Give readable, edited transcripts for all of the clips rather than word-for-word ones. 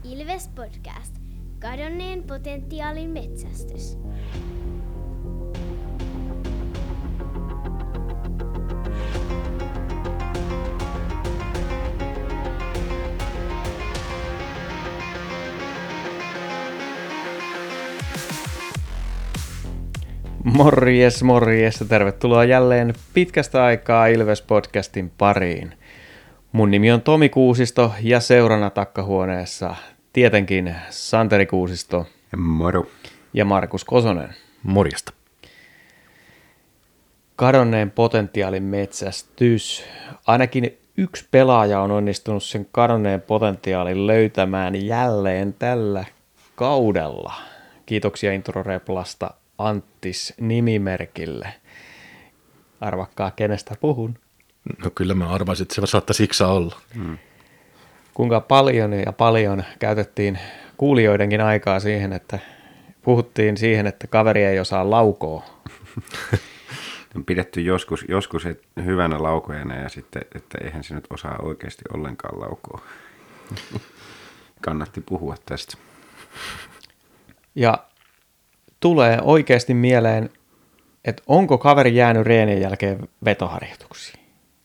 Ilves Podcast. Kadonneen potentiaalin metsästys. Morjes, morjes ja tervetuloa jälleen pitkästä aikaa Ilves Podcastin pariin. Mun nimi on Tomi Kuusisto ja seurana takkahuoneessa tietenkin Santeri Kuusisto. Moro. Ja Markus Kosonen. Morjesta. Kadonneen potentiaalin metsästys. Ainakin yksi pelaaja on onnistunut sen kadonneen potentiaalin löytämään jälleen tällä kaudella. Kiitoksia Intro-replasta Anttis nimimerkille. Arvakkaa, kenestä puhun. No kyllä mä arvasin, että se saattaa siksi olla. Kuinka paljon käytettiin kuulijoidenkin aikaa siihen, että puhuttiin siihen, että kaveri ei osaa laukoa. On pidetty joskus hyvänä laukojana ja sitten, että eihän se nyt osaa oikeasti ollenkaan laukoa. Kannatti puhua tästä. Ja tulee oikeasti mieleen, että onko kaveri jäänyt reenien jälkeen vetoharjoituksiin?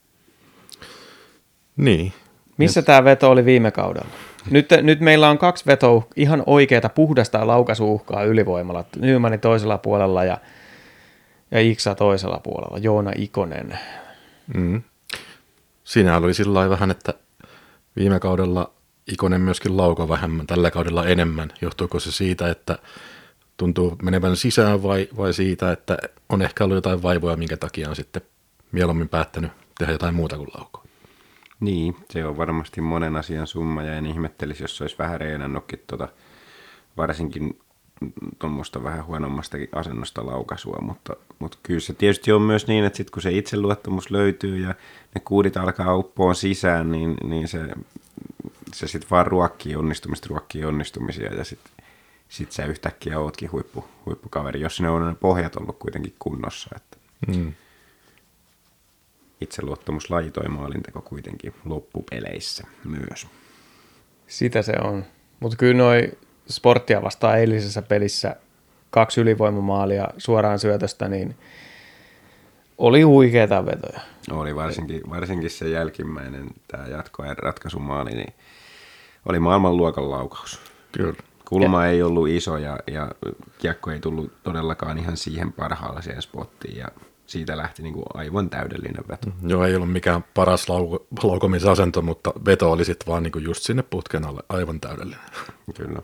Niin. Missä tämä veto oli viime kaudella? Nyt meillä on kaksi vetoa, ihan oikeata puhdasta laukaisuuhkaa ylivoimalla. Nymanin toisella puolella ja Iksa toisella puolella, Joona Ikonen. Siinä oli sillä lailla vähän, että viime kaudella Ikonen myöskin laukoi vähemmän, tällä kaudella enemmän. Johtuuko se siitä, että tuntuu menevän sisään vai siitä, että on ehkä ollut jotain vaivoja, minkä takia on sitten mieluummin päättänyt tehdä jotain muuta kuin laukoa? Niin, se on varmasti monen asian summa ja en ihmettelisi, jos olisi vähän reenannutkin varsinkin tuommoista vähän huonommastakin asennosta laukaisua, mutta kyllä se tietysti on myös niin, että sitten kun se itseluottamus löytyy ja ne kuudit alkaa uppoon sisään, niin se sitten vaan ruokkii onnistumisia ja sitten sä yhtäkkiä ootkin huippukaveri, jos ne on ne pohjat ollut kuitenkin kunnossa. Että itseluottamus lajitoi maalinteko kuitenkin loppupeleissä myös. Sitä se on. Mutta kyllä noi Sporttia vastaan eilisessä pelissä 2 ylivoimamaalia suoraan syötöstä, niin oli huikeita vetoja. Oli varsinkin se jälkimmäinen, tämä jatkoajan ratkaisumaali, niin oli maailmanluokan laukaus. Kyllä. Kulma ei ollut iso ja kiekko ei tullut todellakaan ihan siihen parhaaseen spottiin ja siitä lähti niin kuin aivan täydellinen veto. Joo, ei ollut mikään paras laukomisasento, mutta veto oli sitten vaan niin kuin just sinne putken alle aivan täydellinen. Kyllä.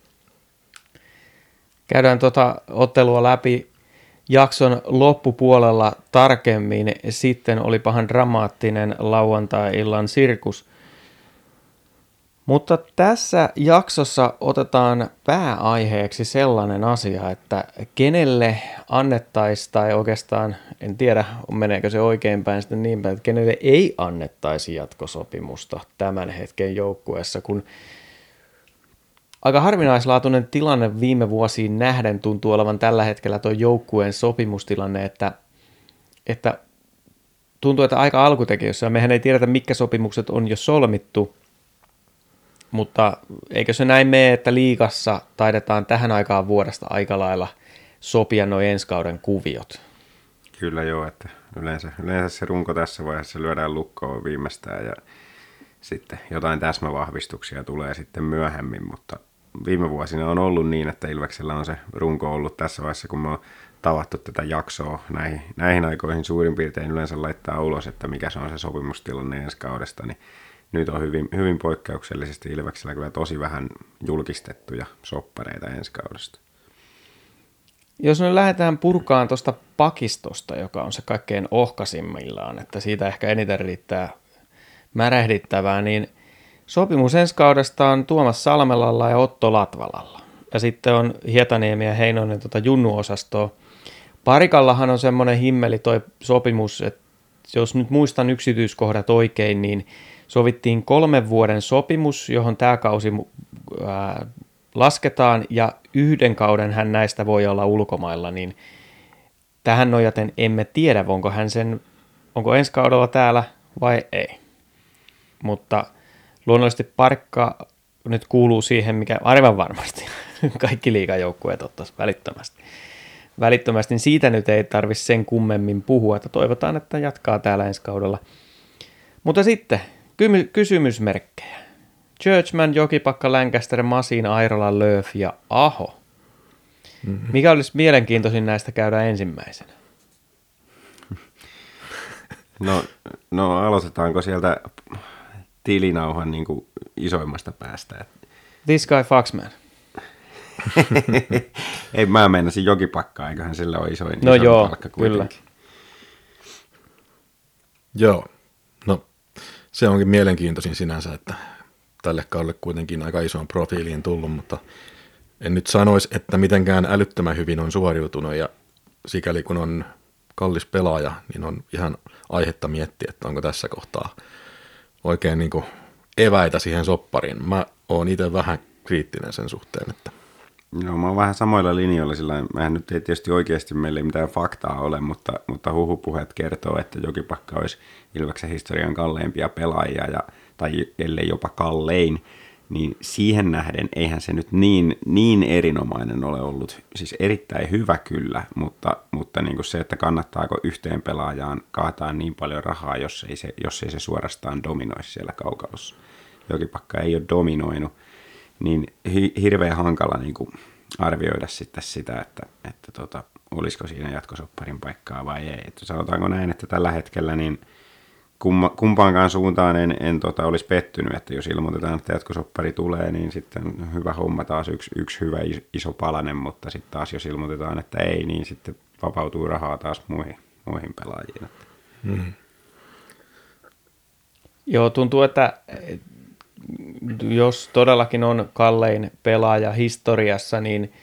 Käydään ottelua läpi jakson loppupuolella tarkemmin. Sitten olipahan dramaattinen lauantai-illan sirkus. Mutta tässä jaksossa otetaan pääaiheeksi sellainen asia, että kenelle annettaisiin, tai oikeastaan en tiedä, meneekö se oikeinpäin sitten niin päin, että kenelle ei annettaisi jatkosopimusta tämän hetken joukkueessa, kun aika harvinaislaatuinen tilanne viime vuosiin nähden tuntuu olevan tällä hetkellä tuo joukkueen sopimustilanne, että tuntuu, että aika alkutekijössä, mehän ei tiedetä, mitkä sopimukset on jo solmittu, mutta eikö se näin mene, että liigassa taidetaan tähän aikaan vuodesta aika lailla sopia nuo ensi kauden kuviot? Kyllä joo, että yleensä se runko tässä vaiheessa lyödään lukkoon viimeistään ja sitten jotain täsmävahvistuksia tulee sitten myöhemmin, mutta viime vuosina on ollut niin, että Ilveksellä on se runko ollut tässä vaiheessa, kun me on tavattu tätä jaksoa näihin aikoihin suurin piirtein yleensä laittaa ulos, että mikä se on se sopimustilanne ensi kaudesta, niin nyt on hyvin poikkeuksellisesti Ilveksellä kyllä tosi vähän julkistettuja soppareita ensi kaudesta. Jos nyt lähdetään purkaan tuosta pakistosta, joka on se kaikkein ohkaisimmillaan, että siitä ehkä eniten riittää märehdittävää, niin sopimus ensi kaudesta on Tuomas Salmelalla ja Otto Latvalalla. Ja sitten on Hietaniemi ja Heinonen junnuosastoa. Parikallahan on semmoinen himmeli toi sopimus, että jos nyt muistan yksityiskohdat oikein, niin sovittiin 3 vuoden sopimus, johon tämä kausi lasketaan, ja 1 kauden hän näistä voi olla ulkomailla, niin tähän nojaten emme tiedä, onko ensi kaudella täällä vai ei. Mutta luonnollisesti Parikka nyt kuuluu siihen, mikä aivan varmasti kaikki liigajoukkueet ottaisi välittömästi, niin siitä nyt ei tarvitse sen kummemmin puhua, että toivotaan, että jatkaa täällä ensi kaudella. Mutta sitten kysymysmerkkejä. Churchman, Jokipakka, Lancaster, Masin, Airola, Lööf ja Aho. Mikä olisi mielenkiintoisin näistä käydä ensimmäisenä? No aloitetaanko sieltä tilinauhan niin kuin isoimmasta päästä? This guy Foxman. Ei, mä meinasin Jokipakkaa, eiköhän sillä ole isoin joo, palkka kuitenkin. kyllä. Joo, no se onkin mielenkiintoisin sinänsä, että tälle kaudelle kuitenkin aika isoon profiiliin tullut, mutta en nyt sanoisi, että mitenkään älyttömän hyvin on suoriutunut ja sikäli kun on kallis pelaaja, niin on ihan aihetta miettiä, että onko tässä kohtaa oikein niin kuin eväitä siihen soppariin. Mä oon itse vähän kriittinen sen suhteen, että Joo, mä oon vähän samoilla linjoilla, sillä mähän nyt ei tietysti oikeasti meillä ei mitään faktaa ole, mutta huhupuheet kertoo, että Jokipakka olisi Ilveksen historian kalleimpia pelaajia, tai ellei jopa kallein, niin siihen nähden eihän se nyt niin erinomainen ole ollut. Siis erittäin hyvä kyllä, mutta niin kuin se, että kannattaako yhteen pelaajaan kaataa niin paljon rahaa, jos ei se suorastaan dominoisi siellä kaukalossa. Jokipakka ei ole dominoinut, niin hirveän hankala niin kuin arvioida sitten sitä, että olisiko siinä jatkosopparin paikkaa vai ei. Että sanotaanko näin, että tällä hetkellä niin kumpaankaan suuntaan en olisi pettynyt, että jos ilmoitetaan, että jatkosoppari tulee, niin sitten hyvä homma taas yksi hyvä iso palanen, mutta sitten taas jos ilmoitetaan, että ei, niin sitten vapautuu rahaa taas muihin pelaajiin. Joo, tuntuu, että jos todellakin on kallein pelaaja historiassa,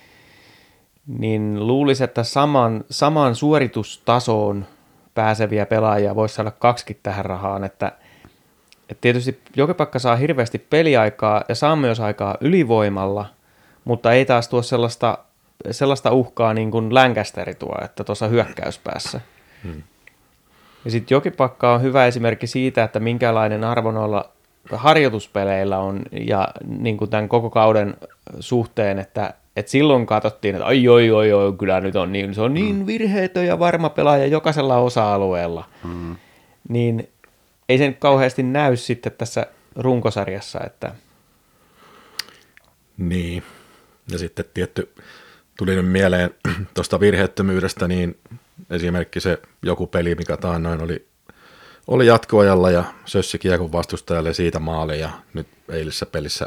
niin luulisi, että samaan suoritustasoon pääseviä pelaajia voisi saada 2 tähän rahaan, että tietysti Jokipakka saa hirveästi peliaikaa ja saa myös aikaa ylivoimalla, mutta ei taas tuo sellaista uhkaa niin kuin Lancaster tuo, että tuossa hyökkäyspäässä. Ja sitten Jokipakka on hyvä esimerkki siitä, että minkälainen arvo noilla harjoituspeleillä on ja niin kuin tämän koko kauden suhteen, että silloin katsottiin, että ai, kyllä nyt on niin, se on niin virheetön ja varma pelaaja jokaisella osa-alueella. Niin ei se nyt kauheasti näy sitten tässä runkosarjassa, että Niin, ja sitten tietty tuli nyt mieleen tuosta virheettömyydestä, niin esimerkki se joku peli, mikä taannoin oli jatkoajalla ja sössi kiekon vastustajalle siitä maali ja nyt eilisessä pelissä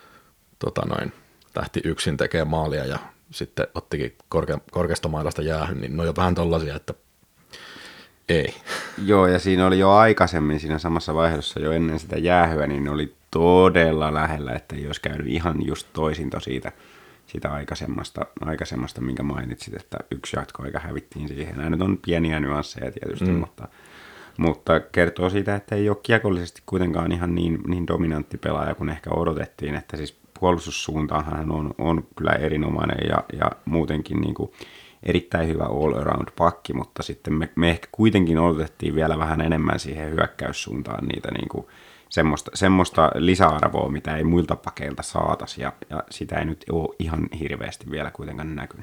lähti yksin tekemään maalia ja sitten ottikin korkeasta mailasta jäähyn, niin ne on jo vähän tollaisia, että ei. Joo, ja siinä oli jo aikaisemmin siinä samassa vaiheessa jo ennen sitä jäähyä, niin ne oli todella lähellä, että ei olisi käynyt ihan just toisinto siitä aikaisemmasta, minkä mainitsit, että yksi jatkoaika hävittiin siihen. Nämä nyt on pieniä nyansseja tietysti, mutta kertoo siitä, että ei ole kiekollisesti kuitenkaan ihan niin dominantti pelaaja kuin ehkä odotettiin, että siis puolustussuuntaanhan on kyllä erinomainen ja muutenkin niin kuin erittäin hyvä all-around pakki, mutta sitten me ehkä kuitenkin odotettiin vielä vähän enemmän siihen hyökkäyssuuntaan niitä niin kuin semmoista lisäarvoa, mitä ei muilta pakeilta saataisi, ja sitä ei nyt ole ihan hirveästi vielä kuitenkaan näkynyt.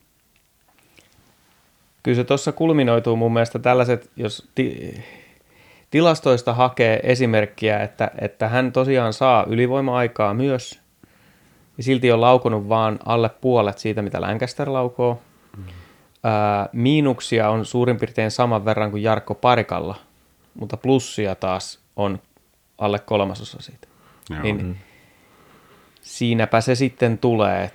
Kyllä se tuossa kulminoituu mun mielestä tällaiset, jos tilastoista hakee esimerkkiä, että hän tosiaan saa ylivoima-aikaa myös, ja silti on laukonut vaan alle puolet siitä, mitä Lancaster laukoo. Miinuksia on suurin piirtein saman verran kuin Jarkko Parikalla, mutta plussia taas on alle 1/3 siitä. Niin siinäpä se sitten tulee,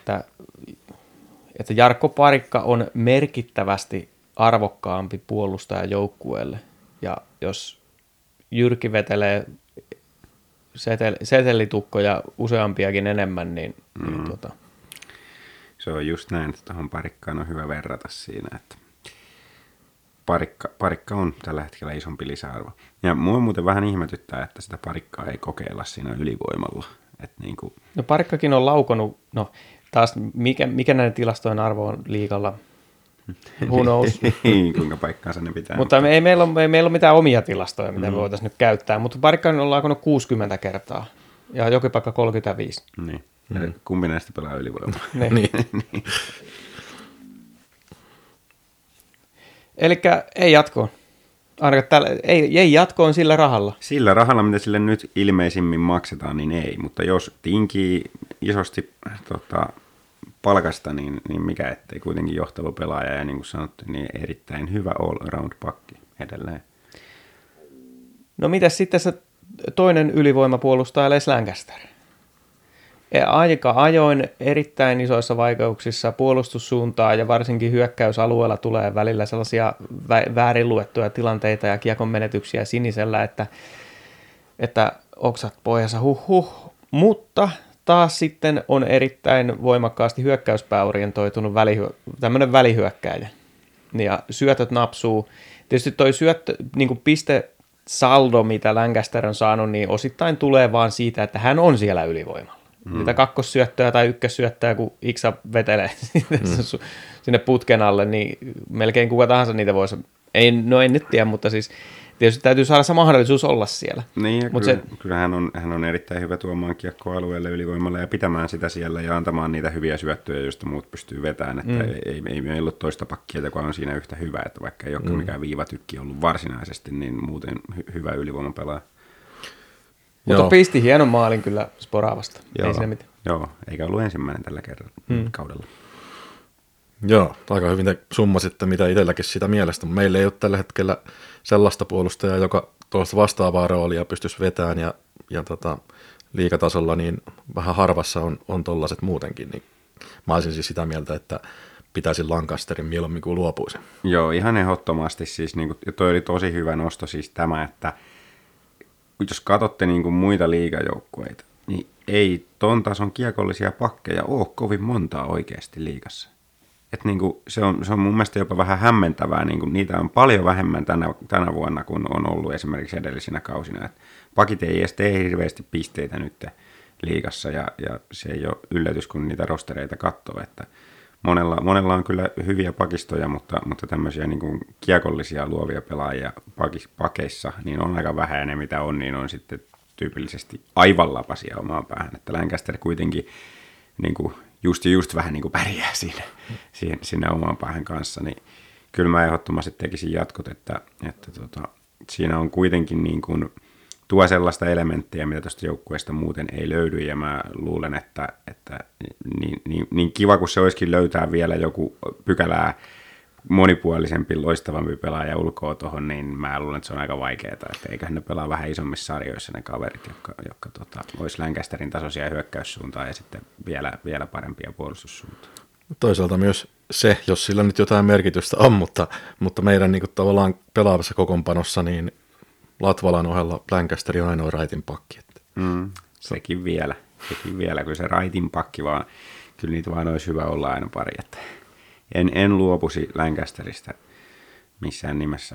että Jarkko Parikka on merkittävästi arvokkaampi puolustaja joukkueelle. Ja jos Jyrki vetelee setelitukkoja useampiakin enemmän, niin Se on just näin, että tuohon Parikkaan on hyvä verrata siinä, että Parikka on tällä hetkellä isompi lisäarvo. Ja mua muuten vähän ihmetyttää, että sitä Parikkaa ei kokeilla siinä ylivoimalla. No Parikkakin on laukonut, no taas mikä näiden tilastojen arvo on liigalla? Who knows? Kuinka paikkaansa ne pitää. Mutta ei meillä ole mitään omia tilastoja, mitä me voitaisiin nyt käyttää, mutta Parikka on laukonut 60 kertaa ja Jokipakka 35. Niin. Kumpi näistä pelaa ylivoimaa? Niin. Elikkä ei jatkoon. Ainakaan ei jatkoon sillä rahalla. Sillä rahalla, mitä sille nyt ilmeisimmin maksetaan, niin ei. Mutta jos tinkii isosti palkasta, niin mikä ettei kuitenkin johtava pelaaja. Ja niin kuin sanottu, niin erittäin hyvä all-around-pakki edelleen. No mitäs sitten se toinen ylivoimapuolustaja Les Lancaster? Aika ajoin erittäin isoissa vaikeuksissa puolustussuuntaan ja varsinkin hyökkäysalueella tulee välillä sellaisia väärin luettuja tilanteita ja kiekon menetyksiä sinisellä, että oksat pohjassa mutta taas sitten on erittäin voimakkaasti hyökkäyspääorientoitunut tämmöinen välihyökkääjä. Ja syötöt napsuu. Tietysti toi niin pistesaldo, mitä Lancaster on saanut, niin osittain tulee vaan siitä, että hän on siellä ylivoimalla. Niitä kakkossyöttöä tai ykkössyöttöä, kun Iksa vetelee sinne putken alle, niin melkein kuka tahansa niitä voisi. En nyt tiedä, mutta siis tietysti täytyy saada se mahdollisuus olla siellä. Niin, ja kyllä hän on erittäin hyvä tuomaan kiekkoalueelle ylivoimalle ja pitämään sitä siellä ja antamaan niitä hyviä syöttöjä, joista muut pystyy vetämään. Että ei meillä ole toista pakkia, joka on siinä yhtä hyvä, että vaikka ei olekaan mikään viivatykki ollut varsinaisesti, niin muuten hyvä ylivoimapelaaja. Mutta pisti hienon maalin kyllä Sporavasta. Ei siinä mitään. Joo, eikä ollut ensimmäinen tällä kerralla kaudella. Joo, aika hyvin te summasitte, mitä itselläkin sitä mielestä. Meillä ei ole tällä hetkellä sellaista puolustajaa, joka tuollaista vastaavaa roolia pystyisi vetämään ja liigatasolla niin vähän harvassa on tollaiset muutenkin. Niin mä olisin siis sitä mieltä, että pitäisi Lancasterin mieluummin kuin luopuisi. Joo, ihan ehdottomasti siis, niin kuin, toi oli tosi hyvä nosto siis tämä, että jos katsotte niin kuin muita liigajoukkueita, niin ei ton tason kiekollisia pakkeja ole kovin montaa oikeasti liigassa. Et niin kuin se on mun mielestä jopa vähän hämmentävää, niin kuin niitä on paljon vähemmän tänä vuonna kuin on ollut esimerkiksi edellisinä kausina. Et pakit ei edes tee hirveästi pisteitä nyt liigassa ja se ei ole yllätys, kun niitä rostereita katsoo, että monella on kyllä hyviä pakistoja, mutta tämmöisiä niin kuin kiekollisia luovia pelaajia pakeissa, niin on aika vähän ja ne mitä on, niin on sitten tyypillisesti aivan lapasia omaan päähän. Että Lancaster kuitenkin niin kuin just vähän niin kuin pärjää siinä omaan päähän kanssa, niin kyllä mä ehdottomasti tekisin jatkot, että siinä on kuitenkin niin kuin tuo sellaista elementtiä, mitä tuosta joukkueesta muuten ei löydy, ja mä luulen, että niin kiva kuin se olisikin löytää vielä joku pykälää monipuolisempi, loistavampi pelaaja ulkoa tuohon, niin mä luulen, että se on aika vaikeaa, että eiköhän ne pelaa vähän isommissa sarjoissa ne kaverit, jotka olisi Lancasterin tasoisia hyökkäyssuuntaan ja sitten vielä parempia puolustussuuntaan. Toisaalta myös se, jos sillä nyt jotain merkitystä on, mutta meidän niin kuin tavallaan pelaavassa kokoonpanossa, niin Latvalan ohella Lancaster on ainoa raitin pakki. Sekin vielä, kyllä se raitin pakki vaan, kyllä niitä vaan olisi hyvä olla aina pari, että en luopuisi Lancasterista missään nimessä.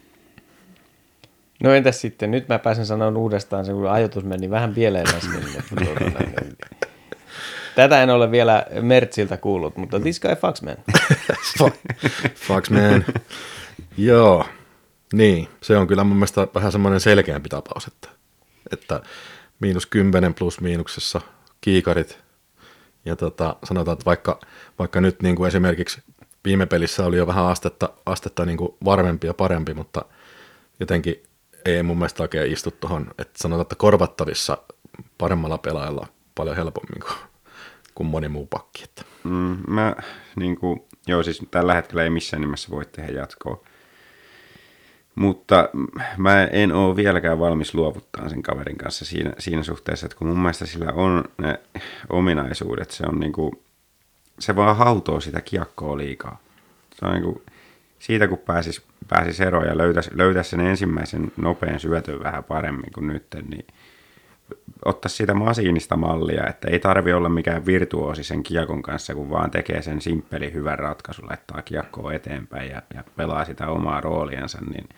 No entäs sitten, nyt mä pääsen sanomaan uudestaan se, kun ajoitus meni vähän pieleen äsken. Tätä en ole vielä Mertsiltä kuullut, mutta this guy Foxman. Foxman, joo. Niin, se on kyllä mun mielestä vähän semmoinen selkeämpi tapaus, että -10 plus miinuksessa kiikarit. Ja sanotaan, että vaikka nyt niin kuin esimerkiksi viime pelissä oli jo vähän astetta niin kuin varmempi ja parempi, mutta jotenkin ei mun mielestä oikein istu tuohon, että sanotaan, että korvattavissa paremmalla pelaajalla paljon helpommin kuin moni muu pakki. Siis tällä hetkellä ei missään nimessä voi tehdä jatkoa. Mutta mä en ole vieläkään valmis luovuttaa sen kaverin kanssa siinä suhteessa, että kun mun mielestä sillä on ne ominaisuudet, se on niinku, se vaan hautoo sitä kiekkoa liikaa. Se on niinku, siitä kun pääsis eroon ja löytäisi sen ensimmäisen nopean syötön vähän paremmin kuin nyt, niin ottaisi siitä masiinista mallia, että ei tarvi olla mikään virtuoosi sen kiekon kanssa, kun vaan tekee sen simppeli hyvän ratkaisun, laittaa kiekkoa eteenpäin ja pelaa sitä omaa rooliansa,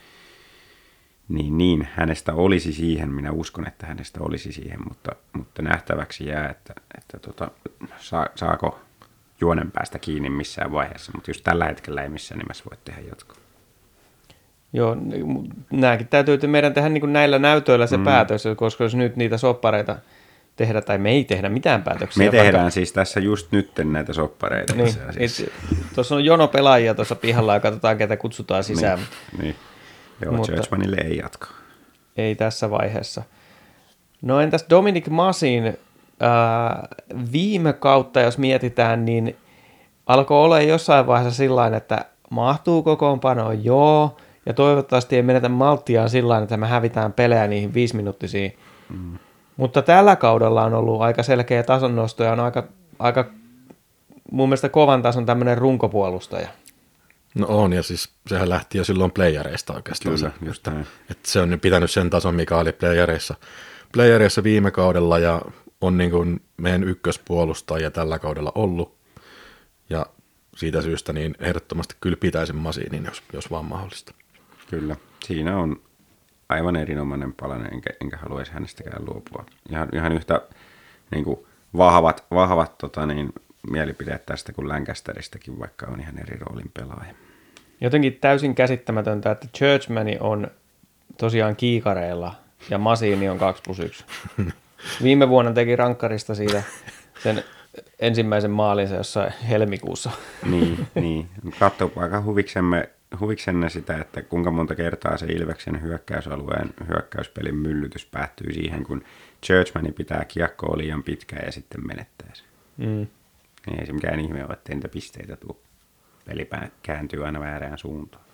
niin hänestä olisi siihen, minä uskon, että hänestä olisi siihen, mutta nähtäväksi jää, että saako juonen päästä kiinni missään vaiheessa, mutta just tällä hetkellä ei missään nimessä voi tehdä jatkoa. Joo, nämäkin täytyy meidän tehdä niin kuin näillä näytöillä se päätös, koska jos nyt niitä soppareita tehdä, tai me ei tehdä mitään päätöksiä. Me tehdään siis tässä just nyt näitä soppareita. Niin, tuossa on jono pelaajia tuossa pihalla ja katsotaan, ketä kutsutaan sisään. Niin. Joo, Churchmanille ei jatko. Ei tässä vaiheessa. No entäs Dominic Masin viime kautta, jos mietitään, niin alkoi olla jossain vaiheessa sillain, että mahtuu kokoonpanoon, joo, ja toivottavasti ei menetä malttiaan sillain, että me hävitään pelejä niihin 5-minuuttisiin. Mutta tällä kaudella on ollut aika selkeä tasonnosto ja on aika mun mielestä kovan tason tämmöinen runkopuolustaja. No on, ja siis sehän lähti jo silloin playereista oikeastaan. Kyllä, just näin. Että se on pitänyt sen tason, mikä oli playereissa viime kaudella, ja on niin kuin meidän ykköspuolustaja tällä kaudella ollut. Ja siitä syystä niin ehdottomasti kyllä pitäisin Masinin, jos vaan mahdollista. Kyllä, siinä on aivan erinomainen palanen, enkä haluaisi hänestäkään luopua. Ihan yhtä niin kuin vahvat mielipideet tästä kuin Lancasteristäkin, vaikka on ihan eri roolin pelaaja. Jotenkin täysin käsittämätöntä, että Churchman on tosiaan kiikareilla ja Masini on 2+1. Viime vuonna teki rankkarista siitä sen ensimmäisen maalinsa jossain helmikuussa. Niin. Katsopaaka huviksenne sitä, että kuinka monta kertaa se Ilveksen hyökkäysalueen hyökkäyspelin myllytys päättyy siihen, kun Churchman pitää kiekkoa liian pitkään ja sitten menettää se. Ei se mikään ihme ole, ettei niitä pisteitä tule. Peli kääntyy aina väärään suuntaan.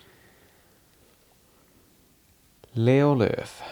Leo Lööf.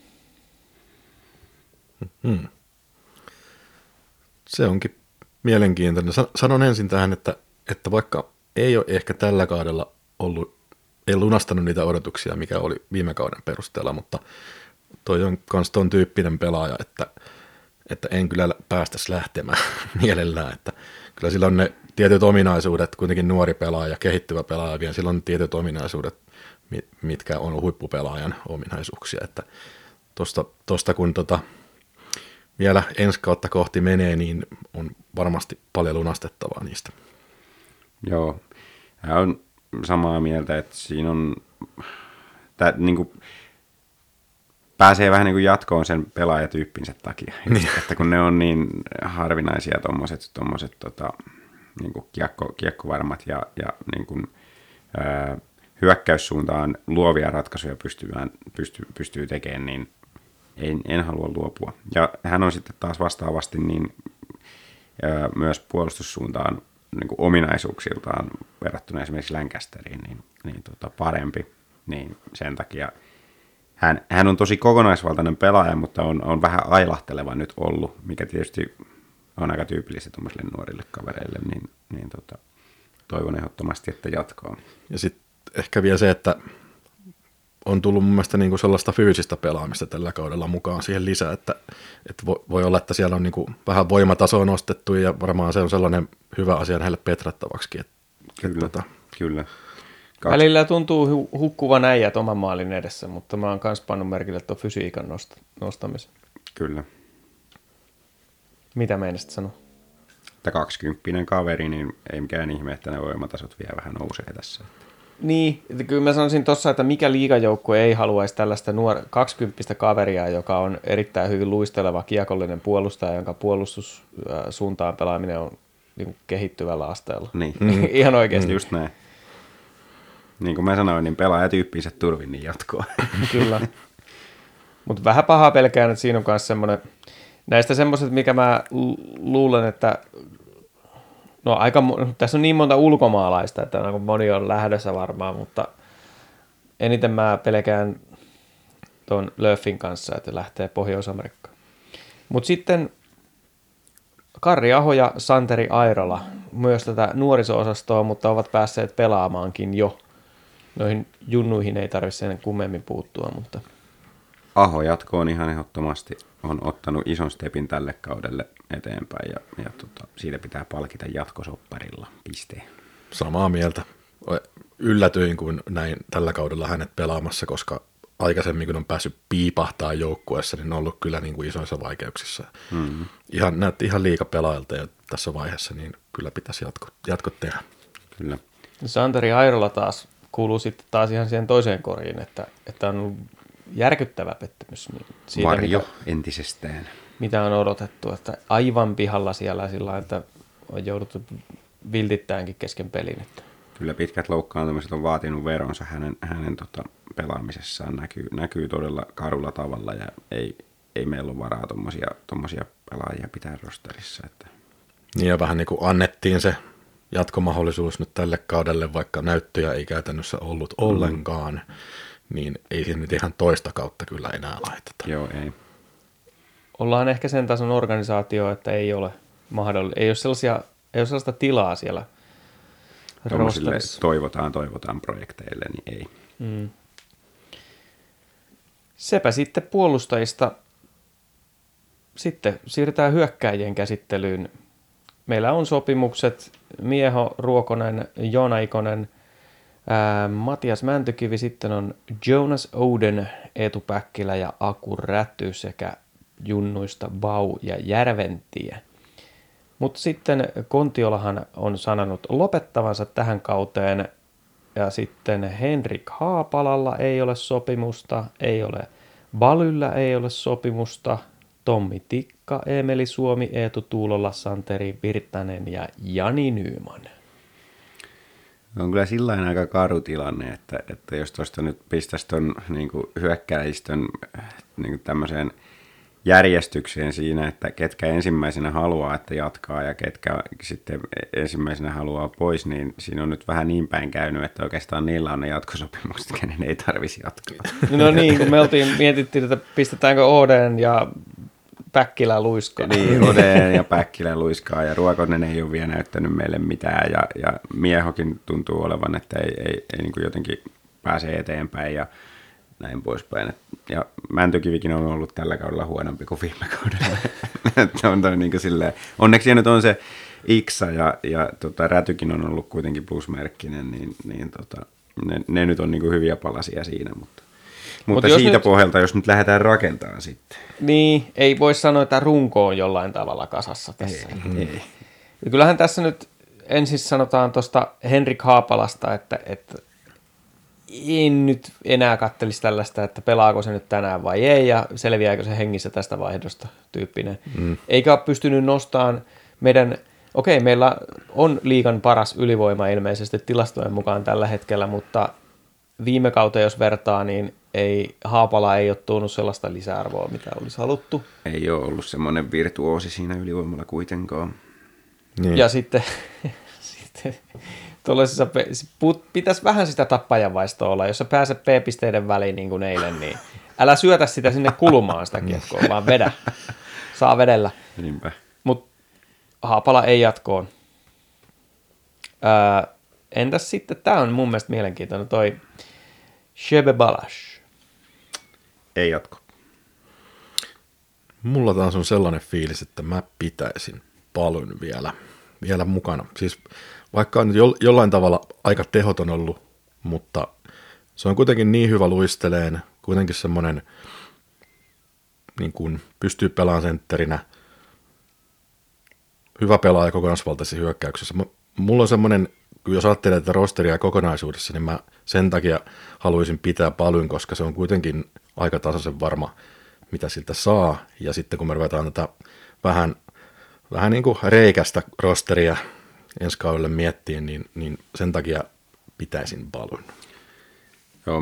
Se onkin mielenkiintoinen. Sanon ensin tähän, että vaikka ei ole ehkä tällä kaudella ei lunastanut niitä odotuksia, mikä oli viime kauden perusteella, mutta toi on myös ton tyyppinen pelaaja, että en kyllä päästäisi lähtemään mielellään, että kyllä sillä on ne tietyt ominaisuudet, kuitenkin nuori pelaaja, kehittyvä pelaaja, vielä sillä on tietyt ominaisuudet, mitkä on huippupelaajan ominaisuuksia, että tosta kun vielä ensi kautta kohti menee, niin on varmasti paljon lunastettavaa niistä. Joo, hän on samaa mieltä, että siinä on, niinku, pääsee vähän niin kuin jatkoon sen pelaajatyyppinsä takia, niin. Että kun ne on niin harvinaisia tommoset niin kuin kiekkovarmat ja niin kuin, hyökkäyssuuntaan luovia ratkaisuja pystyy tekemään, niin en halua luopua. Ja hän on sitten taas vastaavasti niin, myös puolustussuuntaan niin kuin ominaisuuksiltaan verrattuna esimerkiksi Lancasteriin niin parempi, niin sen takia hän on tosi kokonaisvaltainen pelaaja, mutta on vähän ailahteleva nyt ollut, mikä tietysti on aika tyypillistä tuollaisille nuorille kavereille, niin toivon ehdottomasti, että jatkaa. Ja sitten ehkä vielä se, että on tullut mun mielestä niinku sellaista fyysistä pelaamista tällä kaudella mukaan siihen lisää, että voi olla, että siellä on niinku vähän voimatasoa nostettu ja varmaan se on sellainen hyvä asia heille petrattavaksikin. Kyllä. Välillä tuntuu hukkuvan äijät oman maalin edessä, mutta mä oon kans pannut merkille tuon fysiikan nostamisen. Kyllä. Mitä meinasit sanoa? Että 20 kaveri, niin ei mikään ihme, että ne voimatasot vielä vähän nousee tässä. Niin, että kyllä mä sanoisin tossa, että mikä liigajoukkue ei haluaisi tällaista 20 kaveria, joka on erittäin hyvin luisteleva kiekollinen puolustaja, jonka puolustussuuntaan pelaaminen on niin kehittyvällä asteella. Niin. Ihan oikeasti. Just näin. Niin kuin mä sanoin, niin pelaajatyyppinsä turvin niin jatkoa. Kyllä. Mutta vähän pahaa pelkään, että siinä on myös semmoinen, näistä semmoiset, mikä mä luulen, että tässä on niin monta ulkomaalaista, että moni on lähdössä varmaan, mutta eniten mä pelkään tuon Lööfin kanssa, että lähtee Pohjois-Amerikkaan. Mutta sitten Karri Aho ja Santeri Airola, myös tätä nuoriso-osastoa, mutta ovat päässeet pelaamaankin jo. Noihin junnuihin ei tarvitse sen kummemmin puuttua, mutta Aho jatkoon ihan ehdottomasti on ottanut ison stepin tälle kaudelle eteenpäin ja siitä pitää palkita jatkosopparilla. Piste. Samaa mieltä. Yllätyin, kun näin tällä kaudella hänet pelaamassa, koska aikaisemmin, kun on päässyt piipahtaa joukkueessa, niin on ollut kyllä niin kuin isoissa vaikeuksissa. Näytti ihan liiga pelaajalta ja tässä vaiheessa, niin kyllä pitäisi jatkot tehdä. Kyllä. Santeri Airola taas kuuluu sitten taas ihan siihen toiseen koriin, että on ollut järkyttävä pettymys. Niin siitä, varjo entisestään. mitä on odotettu, että aivan pihalla siellä sillä, että on jouduttu viltittäänkin kesken pelin. Että. Kyllä pitkät loukkaantumiset on vaatinut veronsa hänen pelaamisessaan. Näkyy todella karulla tavalla ja ei meillä ole varaa tommosia pelaajia pitää rosterissa. Että. Niin ja vähän niin kuin annettiin se jatkomahdollisuus nyt tälle kaudelle, vaikka näyttöjä ei käytännössä ollut ollenkaan, niin ei siinä nyt ihan toista kautta kyllä enää laiteta. Joo, ei. Ollaan ehkä sen tason organisaatio, että ei ole ei ole sellaista tilaa siellä rosterissa. Toivotaan projekteille, niin ei. Sepä sitten puolustajista. Sitten siirrytään hyökkääjien käsittelyyn. Meillä on sopimukset Mieho, Ruokonen, Joona Ikonen, Matias Mäntykivi, sitten on Jonas Oden, Eetu Päkkilä ja Aku Räty sekä junnuista Bau ja Järventie. Mutta sitten Kontiolahan on sanonut lopettavansa tähän kauteen ja sitten Henrik Haapalalla ei ole sopimusta, ei ole Balyllä ei ole sopimusta, Tommi Tikka, Emeli Suomi, Eetu Tuulola, Santeri Virtanen ja Jani Nyyman. On kyllä sillain aika karu tilanne, että jos tuosta nyt pistäisi tuon niin hyökkääjistön niin tämmöiseen järjestykseen siinä, että ketkä ensimmäisenä haluaa, että jatkaa ja ketkä sitten ensimmäisenä haluaa pois, niin siinä on nyt vähän niin päin käynyt, että oikeastaan niillä on ne jatkosopimukset, kenen ei tarvisi jatkaa. No niin, kun me mietittiin, että pistetäänkö Oden ja Päkkilä luiskaa. Niin, Oden ja Päkkilä luiskaa ja Ruokonen ei ole vielä näyttänyt meille mitään ja Miehokin tuntuu olevan, että ei niin kuin jotenkin pääse eteenpäin ja näin poispäin. Ja Mäntykivikin on ollut tällä kaudella huonompi kuin viime kaudella. On niin kuin silleen, onneksi nyt on se Iksa ja Rätykin on ollut kuitenkin plusmerkkinen, niin ne nyt on niin kuin hyviä palasia siinä, mutta siitä nyt pohjalta, jos nyt lähdetään rakentamaan sitten. Niin, ei voi sanoa, että runko on jollain tavalla kasassa tässä. Ei. Ja kyllähän tässä nyt ensin sanotaan tuosta Henrik Haapalasta, että en nyt enää kattelisi tällaista, että pelaako se nyt tänään vai ei, ja selviääkö se hengissä tästä vaihdosta tyyppinen. Eikä ole pystynyt nostamaan meillä on liigan paras ylivoima ilmeisesti tilastojen mukaan tällä hetkellä, mutta viime kauteen jos vertaa, niin Haapala ei ole tuonut sellaista lisäarvoa, mitä olisi haluttu. Ei ole ollut semmoinen virtuoosi siinä ylivoimalla kuitenkaan. Niin. Ja sitten pitäisi vähän sitä tappajanvaistoa olla. Jos sä pääset P-pisteiden väliin niin kuin eilen, niin älä syötä sitä sinne kulumaan sitä kiekkoa, vaan vedä. Saa vedellä. Niinpä. Mutta Haapala ei jatkoon. Entäs sitten, tämä on mun mielestä mielenkiintoinen, toi Shebe Balash. Ei jatko. Mulla taas on sellainen fiilis, että mä pitäisin Balyn vielä mukana. Siis vaikka on jollain tavalla aika tehoton ollut, mutta se on kuitenkin niin hyvä luisteleen, kuitenkin semmoinen niin kuin pystyy pelaamaan sentterinä, hyvä pelaaja kokonaisvaltaisessa hyökkäyksessä. Mulla on semmoinen, jos ajattelee tätä rosteria kokonaisuudessa, niin mä sen takia haluaisin pitää Balyn, koska se on kuitenkin aika tasaisen varma, mitä siltä saa. Ja sitten kun me ruvetaan tätä vähän niin kuin reikästä rosteria ensi kaudelle miettiin, niin sen takia pitäisin Balyn. Joo,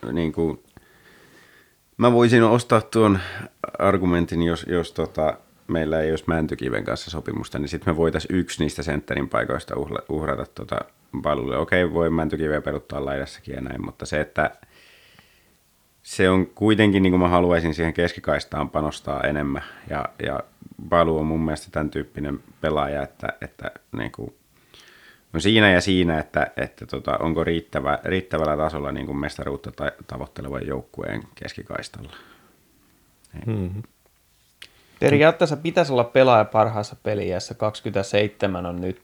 mä voisin ostaa tuon argumentin, jos meillä ei olisi Mäntykiven kanssa sopimusta, niin sitten me voitaisiin yksi niistä sentterin paikoista uhrata Balylle. Okei, voi Mäntykiveä peluttaa laidassakin ja näin, mutta se, että se on kuitenkin, niin kuin mä haluaisin siihen keskikaistaan panostaa enemmän, ja Baly on mun mielestä tämän tyyppinen pelaaja, että niin kuin, no siinä ja siinä, että onko riittävällä tasolla niin kuin mestaruutta tavoittelevan joukkueen keskikaistalla. Periaatteessa pitäisi olla pelaaja parhaassa peliässä. 27 on nyt,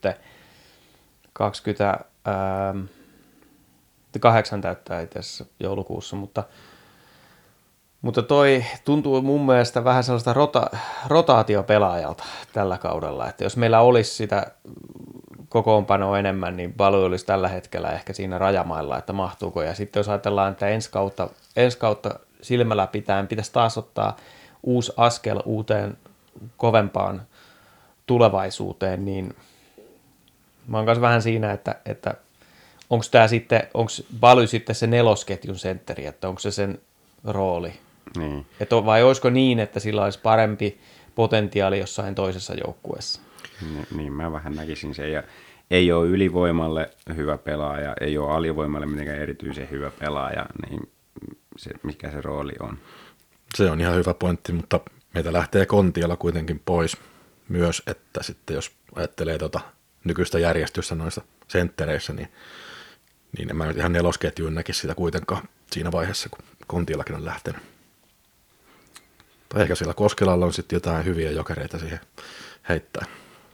28 täyttää itse asiassa joulukuussa, mutta toi tuntuu mun mielestä vähän sellaista rotaatiopelaajalta tällä kaudella, että jos meillä olisi sitä kokoonpanoa enemmän, niin Baly olisi tällä hetkellä ehkä siinä rajamailla, että mahtuuko, ja sitten jos ajatellaan, että ensi kautta silmällä pitäen pitäisi taas ottaa uusi askel uuteen kovempaan tulevaisuuteen, niin mä oon kanssa vähän siinä, että onko tämä sitten, onko Baly sitten se nelosketjun sentteri, että onko se sen rooli? Niin. Vai olisiko niin, että sillä olisi parempi potentiaali jossain toisessa joukkueessa? Niin mä vähän näkisin sen. Ja ei ole ylivoimalle hyvä pelaaja, ei ole alivoimalle mitenkään erityisen hyvä pelaaja, niin se, mikä se rooli on. Se on ihan hyvä pointti, mutta meitä lähtee Kontiala kuitenkin pois myös, että sitten jos ajattelee nykyistä järjestystä noissa senttereissä, niin en mä nyt ihan nelosketjuun näkisi sitä kuitenkaan siinä vaiheessa, kun Kontialakin on lähtenyt. Tai ehkä siellä Koskelalla on sitten jotain hyviä jokereita siihen heittää.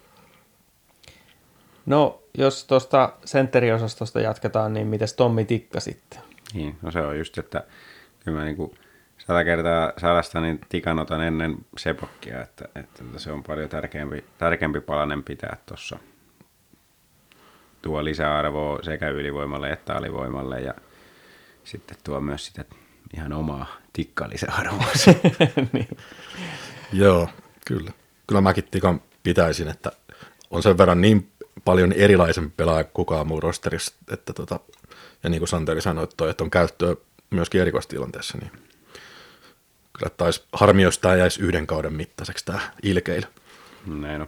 No, jos tuosta sentteriosastosta jatketaan, niin mites Tommi Tikka sitten? Niin, no se on just, että kyllä mä niinku 100 kertaa 100 niin Tikan otan ennen Sepokkia, että se on paljon tärkeämpi palanen pitää tuossa. Tuo lisäarvoa sekä ylivoimalle että alivoimalle ja sitten tuo myös sitä ihan omaa Tikka-lisäarvoa. Niin. Joo, kyllä. Kyllä mäkin Tikan pitäisin, että on sen verran niin paljon erilaisempi pelaaja kukaan muu rosterissa, että ja niin kuin Santeri sanoi, että on käyttöä myöskin erikoistilanteessa, niin kyllä taisi harmi, jos tämä jäisi yhden kauden mittaiseksi tämä ilkeily. Näin on.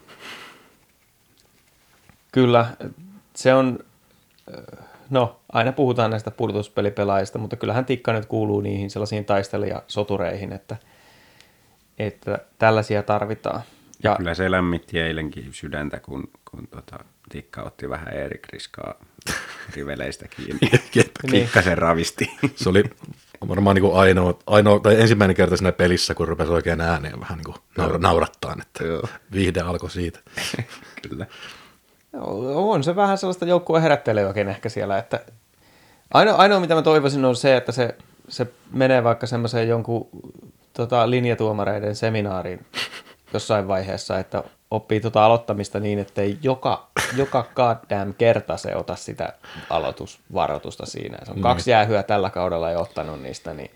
Kyllä, se on, no aina puhutaan näistä pudotuspelipelaajista, mutta kyllähän Tikka nyt kuuluu niihin sellaisiin taistelijasotureihin, että tällaisia tarvitaan. Ja kyllä se lämmitti eilenkin sydäntä, kun Tikka otti vähän Erik Riskaa riveleistä kiinni. Pikkasen ravisti. Se oli varmaan niin kuin ainoa, tai ensimmäinen kerta siinä pelissä, kun rupesi oikein ääneen vähän niin kuin naurattaa, että viihde alkoi siitä. Kyllä. On se vähän sellaista joukkueen herättelyäkin ehkä siellä, että ainoa mitä mä toivoisin on se, että se menee vaikka semmoiseen jonkun linjatuomareiden seminaariin jossain vaiheessa, että oppii aloittamista niin, että ei joka goddamn kerta se ota sitä aloitusvaroitusta siinä. Se on 2 jäähyä tällä kaudella jo ottanut niistä, niin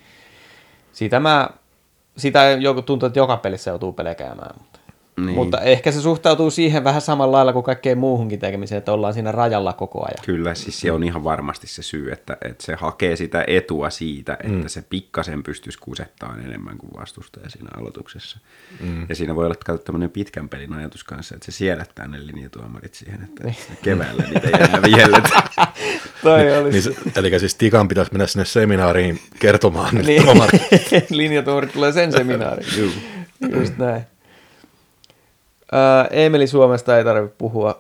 sitä joku tuntuu, että joka pelissä joutuu pelkäämään. Niin. Mutta ehkä se suhtautuu siihen vähän samalla lailla kuin kaikkeen muuhunkin tekemiseen, että ollaan siinä rajalla koko ajan. Kyllä, siis se on ihan varmasti se syy, että se hakee sitä etua siitä, että se pikkasen pystyisi kusettamaan enemmän kuin vastustaja siinä aloituksessa. Ja siinä voi olla tämmöinen pitkän pelin ajatus kanssa, että se siedättää ne linjatuomarit siihen, että keväällä niitä jännä vihelletään. Eli siis Tikan pitäisi mennä sinne seminaariin kertomaan. Linjatuomarit tulee sen seminaariin. Just näin. Eemeli Suomesta ei tarvitse puhua.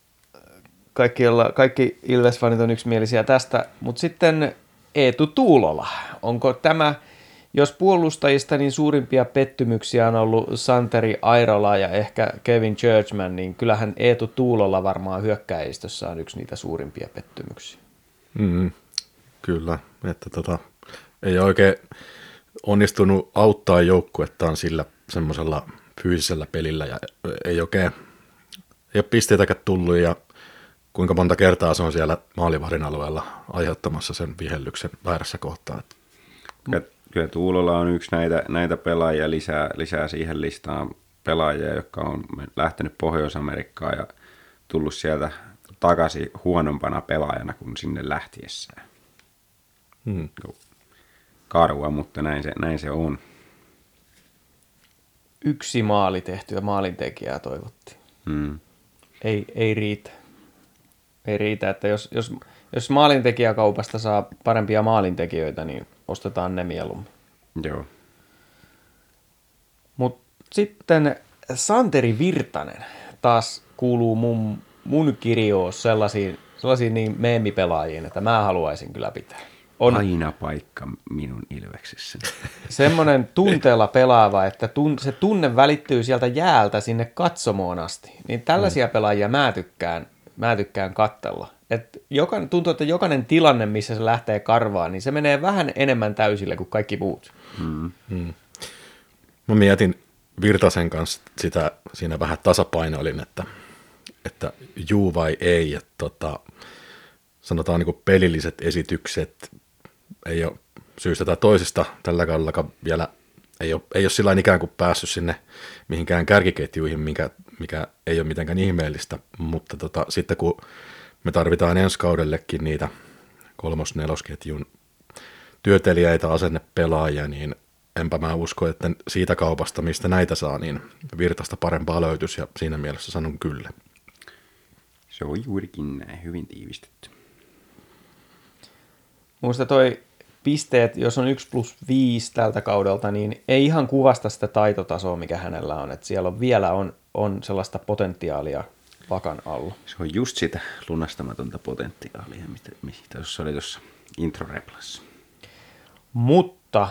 Kaikki Ilves-fanit on yksimielisiä tästä, mutta sitten Eetu Tuulola. Onko tämä, jos puolustajista, niin suurimpia pettymyksiä on ollut Santeri Airola ja ehkä Kevin Churchman, niin kyllähän Eetu Tuulola varmaan hyökkäistössä on yksi niitä suurimpia pettymyksiä. Kyllä, että ei oikein onnistunut auttaa joukkuettaan sillä semmoisella fyysisellä pelillä ja ei ole pisteitäkään tullut ja kuinka monta kertaa se on siellä maalivahdin alueella aiheuttamassa sen vihellyksen väärässä kohtaa. Kyllä Tuulola on yksi näitä pelaajia lisää siihen listaan pelaajia, jotka on lähtenyt Pohjois-Amerikkaan ja tullut sieltä takaisin huonompana pelaajana kuin sinne lähtiessään. Karua, mutta näin se on. 1 maali tehtyä maalintekijää toivottiin. Ei riitä. Ei riitä, että jos maalintekijäkaupasta saa parempia maalintekijöitä, niin ostetaan ne mieluummin. Joo. Mutta sitten Santeri Virtanen taas kuuluu mun kirjoon sellaisiin niin meemipelaajiin, että mä haluaisin kyllä pitää. On aina paikka minun Ilveksessä. Semmoinen tunteella pelaava, että se tunne välittyy sieltä jäältä sinne katsomoon asti. Niin tällaisia pelaajia mä tykkään katsella. Tuntuu, että jokainen tilanne, missä se lähtee karvaan, niin se menee vähän enemmän täysille kuin kaikki muut. Mä mietin Virtasen kanssa sitä, siinä vähän tasapainoilin, että juu vai ei. Ja sanotaan niin kuin pelilliset esitykset ei ole syystä tai toisesta tällä kaudellakaan vielä ei ole sillä ikään kuin päässyt sinne mihinkään kärkiketjuihin, mikä ei ole mitenkään ihmeellistä, mutta sitten kun me tarvitaan ensi kaudellekin niitä 3-4-ketjun työtelijäitä, asennepelaajia, niin enpä mä usko, että siitä kaupasta, mistä näitä saa, niin Virtasta parempaa löytyisi, ja siinä mielessä sanon kyllä. Se on juurikin näin, hyvin tiivistetty. Minusta toi pisteet, jos on 1+5 tältä kaudelta, niin ei ihan kuvasta sitä taitotasoa, mikä hänellä on. Että siellä on vielä on sellaista potentiaalia vakan alla. Se on just sitä lunastamatonta potentiaalia, mitä tuossa oli tuossa introreplassa. Mutta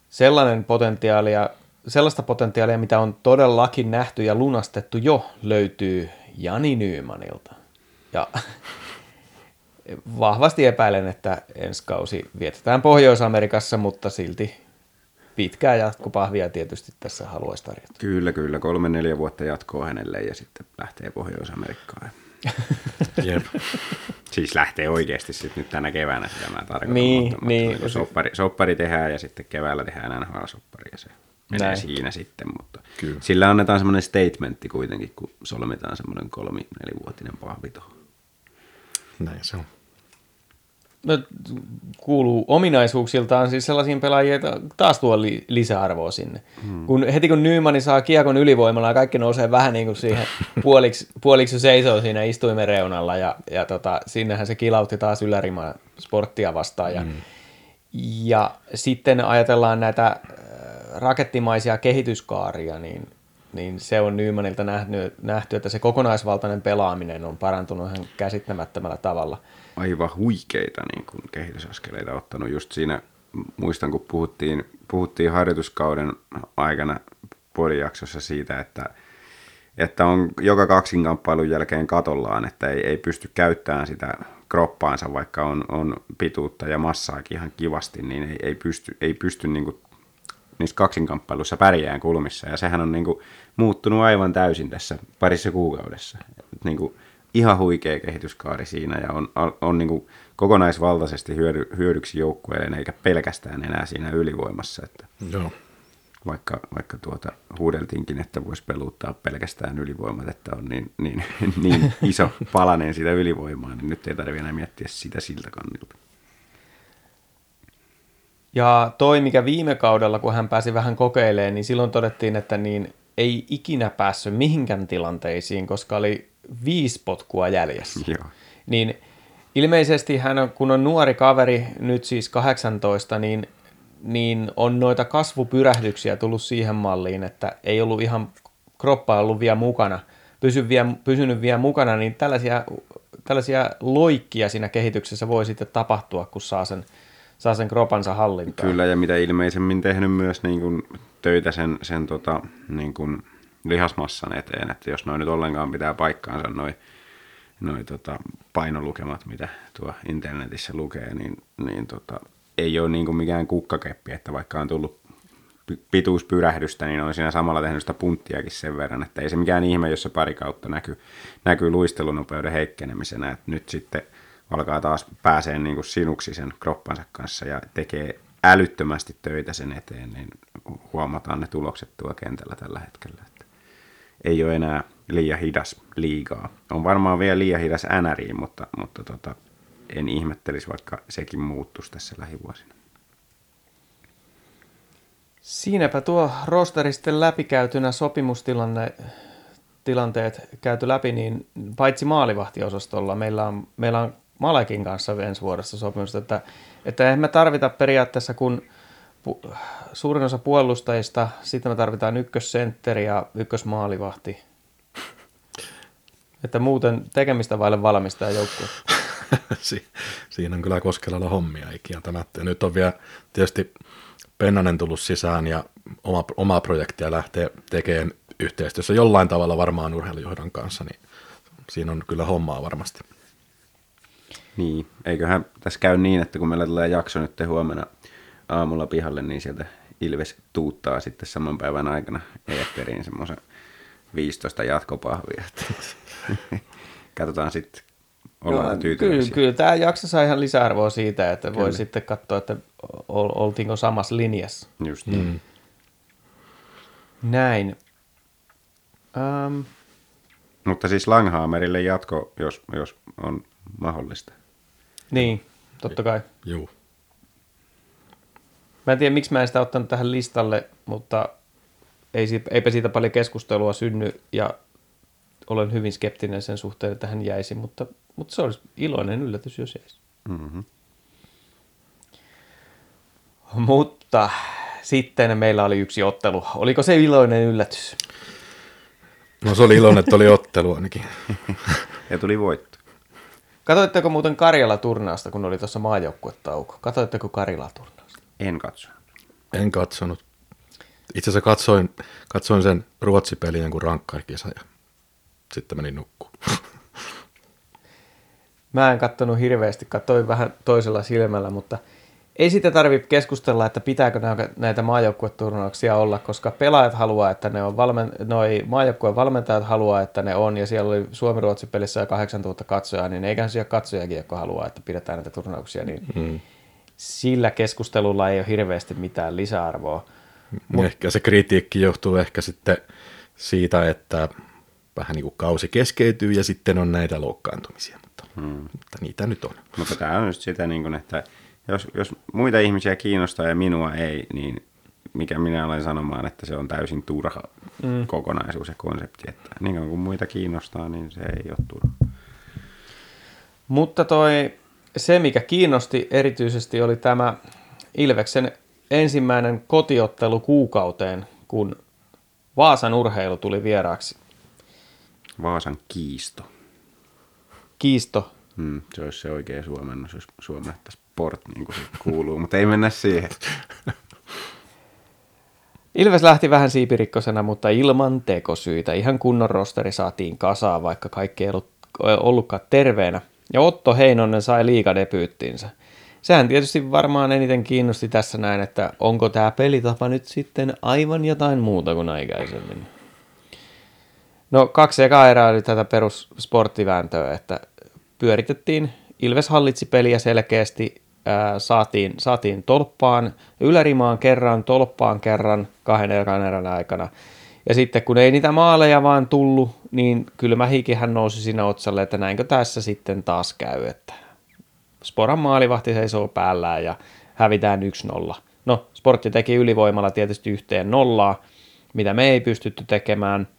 sellaista potentiaalia, mitä on todellakin nähty ja lunastettu jo, löytyy Jani Nymanilta. Ja vahvasti epäilen, että ensi kausi vietetään Pohjois-Amerikassa, mutta silti pitkää jatkopahvia tietysti tässä haluaisi tarjota. Kyllä, 3-4 vuotta jatkoa hänelle ja sitten lähtee Pohjois-Amerikkaan. Jep. Siis lähtee oikeasti sitten nyt tänä keväänä, sitä mä tarkoitan. Niin. Soppari tehdään ja sitten keväällä tehdään NHL-soppari ja se menee Näin. siinä sitten, mutta Kyllä. sillä annetaan semmoinen statementti kuitenkin, kun solmitaan semmoinen 3-4-vuotinen pahvi tuohon. Näin se on. No, kuuluu ominaisuuksiltaan siis sellaisiin pelaajia, että taas tuo lisäarvoa sinne. Heti kun Nyman saa kiekon ylivoimalla ja kaikki nousee vähän niin kuin siihen puoliksi seisoo siinä istuimen reunalla ja sinnehän se kilautti taas ylärimaa Sporttia vastaan. Ja sitten ajatellaan näitä rakettimaisia kehityskaaria, niin se on Nymanilta nähty, että se kokonaisvaltainen pelaaminen on parantunut ihan käsittämättömällä tavalla. Aivan huikeita niin kuin kehitysaskeleita ottanut just siinä, muistan kun puhuttiin harjoituskauden aikana podijaksossa siitä, että on joka kaksinkamppailun jälkeen katollaan, että ei pysty käyttämään sitä kroppaansa, vaikka on pituutta ja massaakin ihan kivasti, niin ei pysty niin kuin niissä kaksinkamppailuissa pärjään kulmissa, ja sehän on niin kuin muuttunut aivan täysin tässä parissa kuukaudessa. Niin kuin ihan huikea kehityskaari siinä, ja on niin kuin kokonaisvaltaisesti hyödyksi joukkueelle, eikä pelkästään enää siinä ylivoimassa. Että Joo. vaikka huudeltiinkin, että voisi peluttaa pelkästään ylivoimat, että on niin iso palanen sitä ylivoimaa, niin nyt ei tarvitse enää miettiä sitä siltä kannalta. Ja toi, mikä viime kaudella, kun hän pääsi vähän kokeilemaan, niin silloin todettiin, että niin ei ikinä päässyt mihinkään tilanteisiin, koska oli 5 potkua jäljessä. Joo. Niin ilmeisesti hän on, kun on nuori kaveri, nyt siis 18, niin on noita kasvupyrähdyksiä tullut siihen malliin, että ei ollut ihan kroppa ollut vielä mukana, pysynyt vielä mukana, niin tällaisia loikkia siinä kehityksessä voi sitten tapahtua, kun saa sen kropansa hallintaan. Kyllä, ja mitä ilmeisemmin tehnyt myös niin kuin töitä sen niin kuin lihasmassan eteen, että jos noin nyt ollenkaan pitää paikkaansa noi painolukemat, mitä tuo internetissä lukee, niin ei ole niin kuin mikään kukkakeppi, että vaikka on tullut pituuspyrähdystä, niin on siinä samalla tehnyt sitä punttiakin sen verran, että ei se mikään ihme, jos se pari kautta näkyy luistelunopeuden heikkenemisenä, että nyt sitten alkaa taas pääsee niin kuin sinuksi sen kroppansa kanssa ja tekee älyttömästi töitä sen eteen, niin huomataan ne tulokset tuo kentällä tällä hetkellä. Että ei ole enää liian hidas liigaa. On varmaan vielä liian hidas NRiin, mutta en ihmettelisi, vaikka sekin muuttuisi tässä lähivuosina. Siinäpä tuo rosteri sitten läpikäytynä sopimustilanteet käyty läpi, niin paitsi maalivahtiosastolla meillä on Malekin kanssa ensi vuodessa sopimusta, että eihän me tarvita periaatteessa, kun suurin osa puolustajista, sitten me tarvitaan ykkössentteri ja ykkösmaalivahti. Että muuten tekemistä vaille valmistaa joukkue. Siinä on kyllä Koskelalla hommia ikiantämättä. Ja nyt on vielä tietysti Pennanen tullut sisään ja omaa projektia lähtee tekemään yhteistyössä jollain tavalla varmaan urheilujohdon kanssa, niin siinä on kyllä hommaa varmasti. Niin, eiköhän tässä käy niin, että kun meillä tulee jakso nyt huomenna aamulla pihalle, niin sieltä Ilves tuuttaa sitten saman päivän aikana eetteriin semmoisen 15 jatkopahvia. Katsotaan sitten, ollaan tyytyväisiä. Kyllä tämä jakso saa ihan lisäarvoa siitä, että voi sitten katsoa, että oltiinko samassa linjassa. Just niin. Näin. Mutta siis Langhammerille jatko, jos on mahdollista. Niin, totta kai. Juu. Mä en tiedä, miksi mä en sitä ottanut tähän listalle, mutta eipä siitä paljon keskustelua synny ja olen hyvin skeptinen sen suhteen, että hän jäisi, mutta se olisi iloinen yllätys, jos jäisi. Mm-hmm. Mutta sitten meillä oli yksi ottelu. Oliko se iloinen yllätys? No se oli iloinen, että oli ottelu ainakin. Ja tuli voitto. Katoitteko muuten Karjala-turnausta, kun oli tuossa maajoukkuetauko? Katoitteko Karjala-turnausta? En katso. En katsonut. Itse asiassa katsoin sen Ruotsi-pelin jonkun rankkarikisa ja sitten menin nukkuun. Mä en kattonut hirveästi, katsoin vähän toisella silmällä, mutta ei siitä tarvitse keskustella, että pitääkö näitä maajoukkueturnauksia olla, koska pelaajat haluaa, että ne on noi maajoukkueen valmentajat haluaa, että ne on, ja siellä oli Suomi-Ruotsi-pelissä jo 8000 katsojaa, niin eiköhän siellä katsojakin, jotka haluaa, että pidetään näitä turnauksia, niin sillä keskustelulla ei ole hirveästi mitään lisäarvoa. Ehkä se kritiikki johtuu ehkä sitten siitä, että vähän niin kuin kausi keskeytyy ja sitten on näitä loukkaantumisia, mutta niitä nyt on. Mutta tämä on just sitä, niin kuin, että jos muita ihmisiä kiinnostaa ja minua ei, niin mikä minä olen sanomaan, että se on täysin turha kokonaisuus ja konsepti. Että niin kauan kuin muita kiinnostaa, niin se ei ole turha. Mutta se, mikä kiinnosti erityisesti, oli tämä Ilveksen ensimmäinen kotiottelu kuukauteen, kun Vaasan Urheilu tuli vieraaksi. Vaasan Kiisto. Kiisto. Se olisi se oikea suomennos, jos suomennettaisiin sport, niin kuin se kuuluu, mutta ei mennä siihen. Ilves lähti vähän siipirikkosena, mutta ilman tekosyitä. Ihan kunnon rosteri saatiin kasaan, vaikka kaikki ei ollutkaan terveenä. Ja Otto Heinonen sai liigadebyyttinsä. Sehän tietysti varmaan eniten kiinnosti tässä näin, että onko tämä pelitapa nyt sitten aivan jotain muuta kuin aikaisemmin. No 2 ekaa erää oli tätä perussporttivääntöä, että pyöritettiin, Ilves hallitsi peliä selkeästi, saatiin tolppaan, ylärimaan kerran, tolppaan kerran 2 ekan erän aikana. Ja sitten kun ei niitä maaleja vaan tullut, niin kylmä hikihän nousi siinä otsalle, että näinkö tässä sitten taas käy, että Sporan maalivahti seisoo päällään ja hävitään 1-0. No, Sportti teki ylivoimalla tietysti 1-0, mitä me ei pystytty tekemään.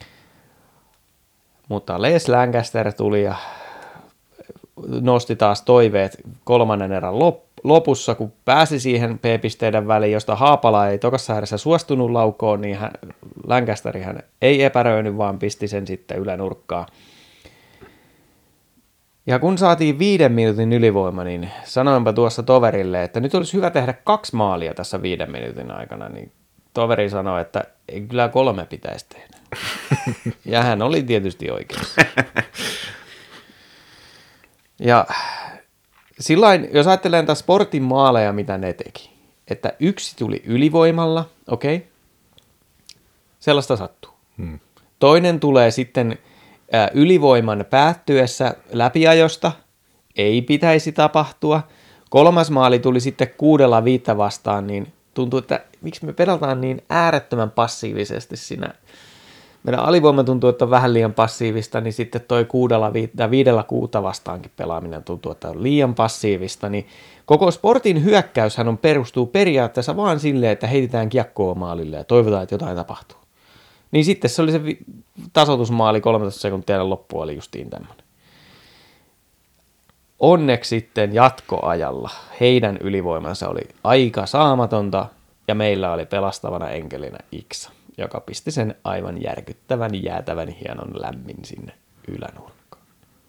Mutta Les Lancaster tuli ja nosti taas toiveet 3. erän lopussa, kun pääsi siihen P-pisteiden väliin, josta Haapala ei tokassa ääressä suostunut laukoon, niin Lancasterihän ei epäröinyt, vaan pisti sen sitten ylänurkkaan. Ja kun saatiin 5 minuutin ylivoima, niin sanoinpa tuossa toverille, että nyt olisi hyvä tehdä 2 maalia tässä 5 minuutin aikana, niin toveri sanoi, että ei kyllä 3 pitäisi tehdä. Ja hän oli tietysti oikeassa. Ja sillain, jos ajattelee näitä Sportin maaleja, mitä ne teki, että 1 tuli ylivoimalla, okei, sellaista sattuu. Toinen tulee sitten ylivoiman päättyessä läpiajosta, ei pitäisi tapahtua. 3. maali tuli sitten 6-5 vastaan, niin tuntuu, että miksi me pelataan niin äärettömän passiivisesti siinä. Meidän alivoima tuntuu, että on vähän liian passiivista, niin sitten toi 5-6 vastaankin pelaaminen tuntuu, että on liian passiivista. Niin koko Sportin hyökkäyshän perustuu periaatteessa vaan silleen, että heitetään kiekkoa maalille ja toivotaan, että jotain tapahtuu. Niin sitten se oli se tasoitusmaali 13 sekuntia loppu oli justiin tämmöinen. Onneksi sitten jatkoajalla heidän ylivoimansa oli aika saamatonta ja meillä oli pelastavana enkelinä Iksa, joka pisti sen aivan järkyttävän, jäätävän hienon lämmin sinne ylänurkkaan.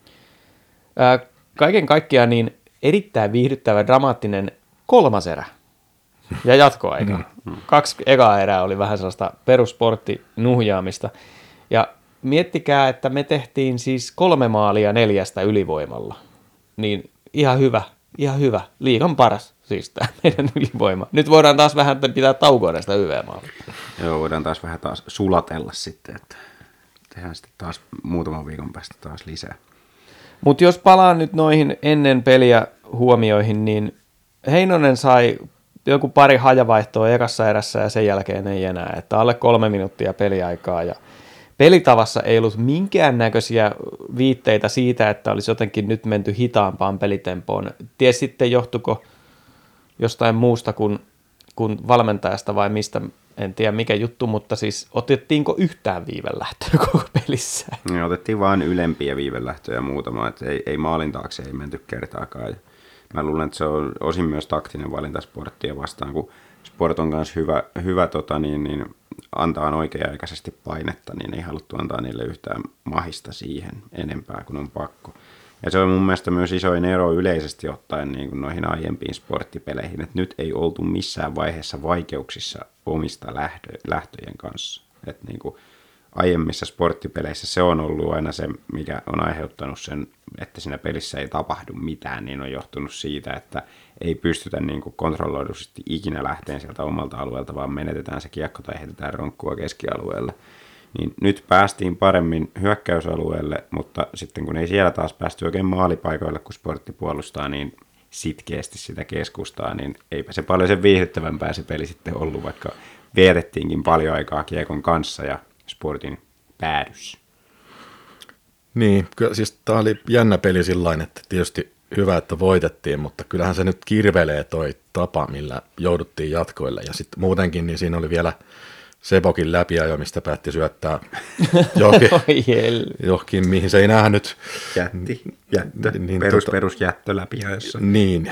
Kaiken kaikkiaan niin erittäin viihdyttävä, dramaattinen 3. erä ja jatkoaika. 2 ekaa erää oli vähän sellaista perussporttinuhjaamista. Ja miettikää, että me tehtiin siis 3 maalia 4 ylivoimalla. Niin ihan hyvä. Liigan paras siis tämä meidän ylivoima. Nyt voidaan taas vähän pitää taukoa näistä YV-maalla. Joo, voidaan taas vähän sulatella sitten, että tehdään sitten taas muutaman viikon päästä taas lisää. Mutta jos palaan nyt noihin ennen peliä huomioihin, niin Heinonen sai joku pari hajavaihtoa ekassa erässä ja sen jälkeen ei enää, että alle 3 minuuttia peliaikaa ja pelitavassa ei ollut minkäännäköisiä viitteitä siitä, että olisi jotenkin nyt menty hitaampaan pelitempoon. Ties sitten johtuiko jostain muusta kuin valmentajasta vai mistä, en tiedä mikä juttu, mutta siis otettiinko yhtään viivelähtöä koko pelissä? Me otettiin vain ylempiä viivelähtöjä muutama, että ei maalin taakse ei menty kertaakaan. Ja mä luulen, että se on osin myös taktinen valinta Sporttia vastaan, kun Sport on myös hyvä antaa oikea-aikaisesti painetta, niin ei haluttu antaa niille yhtään mahista siihen enempää kuin on pakko. Ja se on mun mielestä myös isoin ero yleisesti ottaen niin kuin noihin aiempiin sporttipeleihin, että nyt ei oltu missään vaiheessa vaikeuksissa omista lähtöjen kanssa. Että niin kuin aiemmissa sporttipeleissä se on ollut aina se, mikä on aiheuttanut sen, että siinä pelissä ei tapahdu mitään, niin on johtunut siitä, että ei pystytä niin kuin kontrolloidusti ikinä lähteen sieltä omalta alueelta, vaan menetetään se kiekko tai heitetään ronkkua keskialueelle. Niin nyt päästiin paremmin hyökkäysalueelle, mutta sitten kun ei siellä taas päästy oikein maalipaikoille, kun Sportti puolustaa niin sitkeästi sitä keskustaa, niin eipä se paljon sen viihdyttävämpää se peli sitten ollut, vaikka vietettiinkin paljon aikaa kiekon kanssa ja Sportin päädyssä. Niin, siis tämä oli jännä peli sillain, että tietysti hyvä, että voitettiin, mutta kyllähän se nyt kirvelee toi tapa, millä jouduttiin jatkoille. Ja sitten muutenkin, niin siinä oli vielä Sepokin läpiajo, mistä päätti syöttää johonkin, mihin se ei nähnyt. Jättö, niin, perusjättö läpiajossa. Niin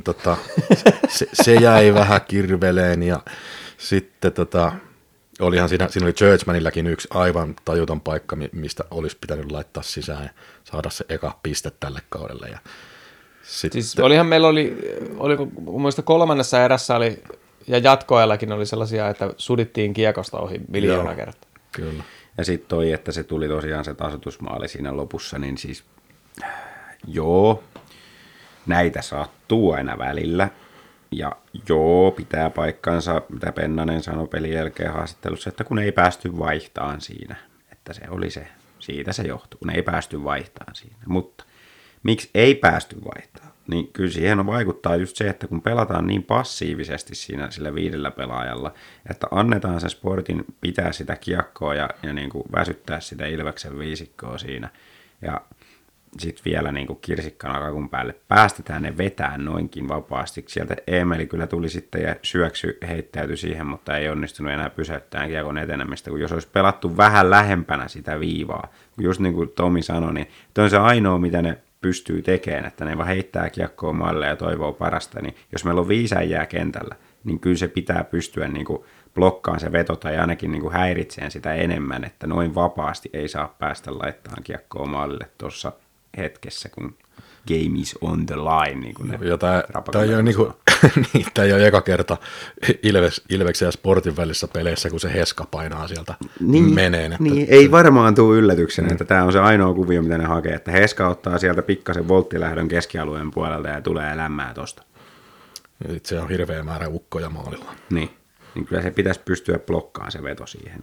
se jäi vähän kirveleen ja sitten olihan siinä oli Churchmanilläkin yksi aivan tajuton paikka, mistä olisi pitänyt laittaa sisään ja saada se eka piste tälle kaudelle. Ja siis olihan meillä oliko muista 3. erässä oli, ja jatkoajallakin oli sellaisia, että sudittiin kiekosta ohi miljoona kertaa. Kyllä. Ja sitten toi, että se tuli tosiaan se tasoitusmaali siinä lopussa, niin siis joo, näitä sattuu aina välillä. Ja joo, pitää paikkansa, mitä Pennanen sanoi pelin jälkeen haastattelussa, että kun ei päästy vaihtaan siinä. Että se oli se, siitä se johtuu, kun ei päästy vaihtaan siinä. Mutta miksi ei päästy vaihtaan? Niin kyllä siihen vaikuttaa just se, että kun pelataan niin passiivisesti siinä sillä 5 pelaajalla, että annetaan se Sportin pitää sitä kiekkoa ja niin kuin väsyttää sitä Ilveksen viisikkoa siinä. Ja sitten vielä niin kuin kirsikkana kakun päälle päästetään ne vetää noinkin vapaasti. Sieltä Eemeli kyllä tuli sitten ja heittäytyi siihen, mutta ei onnistunut enää pysäyttämään kiekon etenemistä. Kun jos olisi pelattu vähän lähempänä sitä viivaa, just niin kuin Tomi sanoi, niin toi on se ainoa, mitä ne pystyy tekemään, että ne vaan heittää kiekkoa maalle ja toivoo parasta. Niin jos meillä on 5 äijää kentällä, niin kyllä se pitää pystyä niin kuin blokkaan se veto tai ainakin niin kuin häiritseen sitä enemmän, että noin vapaasti ei saa päästä laittamaan kiekkoa maalle tuossa hetkessä, kun game is on the line. Niin kuin tämä ei ole, tämä ei ole eka kerta Ilveksen ja Sportin välissä peleissä, kun se Heska painaa sieltä meneen. Niin, ei varmaan tule yllätyksenä, että tämä on se ainoa kuvio, mitä ne hakee, että Heska ottaa sieltä pikkasen volttilähdön keskialueen puolelta ja tulee lämmää tosta. Ja sitten se on hirveä määrä ukkoja maalilla. Niin kyllä se pitäisi pystyä blokkaamaan se veto siihen.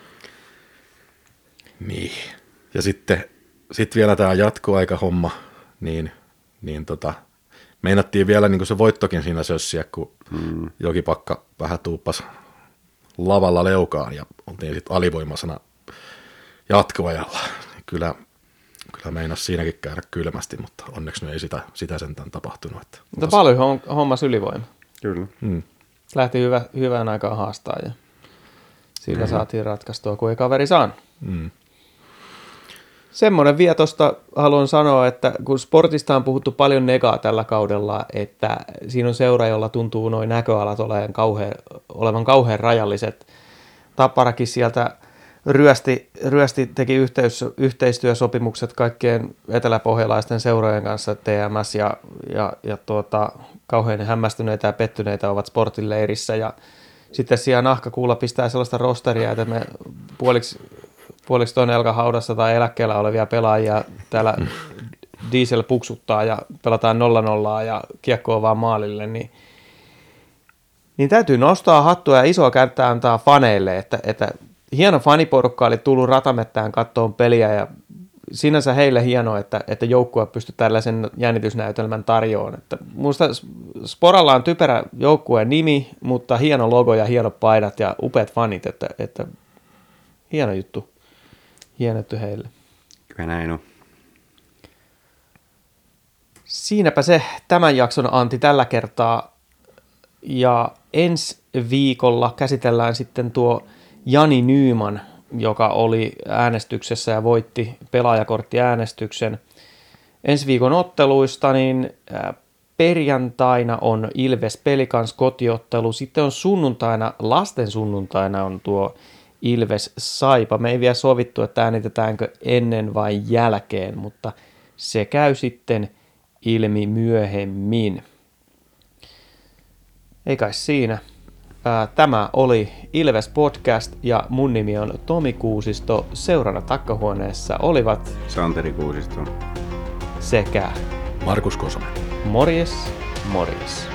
Niin, ja sitten vielä tämä jatkoaikahomma, niin meinattiin vielä niin kuin se voittokin siinä sössiä, kun Jokipakka vähän tuuppasi lavalla leukaan ja oltiin sitten alivoimaisena jatkoajalla. Kyllä meinasi siinäkin käydä kylmästi, mutta onneksi ei sitä sentään tapahtunut. Mutta paljon hommas ylivoima. Kyllä. Lähti hyvään aikaan haastaa ja sillä saatiin ratkaistua, kun ei kaveri saanut. Semmoinen vietosta haluan sanoa, että kun Sportista on puhuttu paljon negaa tällä kaudella, että siinä on seura, jolla tuntuu noin näköalat olevan kauhean rajalliset. Tapparakin sieltä ryösti teki yhteistyösopimukset kaikkien eteläpohjalaisten seurojen kanssa, TMS ja kauhean hämmästyneitä ja pettyneitä ovat Sportin leirissä. Ja sitten siellä nahkakuulla pistää sellaista rosteria, että me puoliksi toinen elkä haudassa tai eläkkeellä olevia pelaajia täällä diesel puksuttaa ja pelataan 0-0 ja kiekko on vaan maalille, niin täytyy nostaa hattua ja isoa kättä antaa faneille, että hieno faniporukka oli tullut ratamettään kattoon peliä ja sinänsä heille hienoa, että joukkue pystyy tällaisen jännitysnäytelmän tarjoamaan. Minusta Sporalla on typerä joukkueen nimi, mutta hieno logo ja hieno paidat ja upeat fanit, että hieno juttu. Hieno juttu heille. Kyllä näin on. Siinäpä se tämän jakson Antti tällä kertaa. Ja ensi viikolla käsitellään sitten tuo Jani Nyman, joka oli äänestyksessä ja voitti pelaajakorttiäänestyksen. Ensi viikon otteluista, niin perjantaina on Ilves Pelikans kotiottelu. Sitten on sunnuntaina, lasten sunnuntaina on tuo Ilves Saipa. Me ei vielä sovittu, että äänitetäänkö ennen vai jälkeen, mutta se käy sitten ilmi myöhemmin. Ei kai siinä. Tämä oli Ilves Podcast ja mun nimi on Tomi Kuusisto. Seurana takkahuoneessa olivat Santeri Kuusisto sekä Markus Kosonen. morjes, morjes.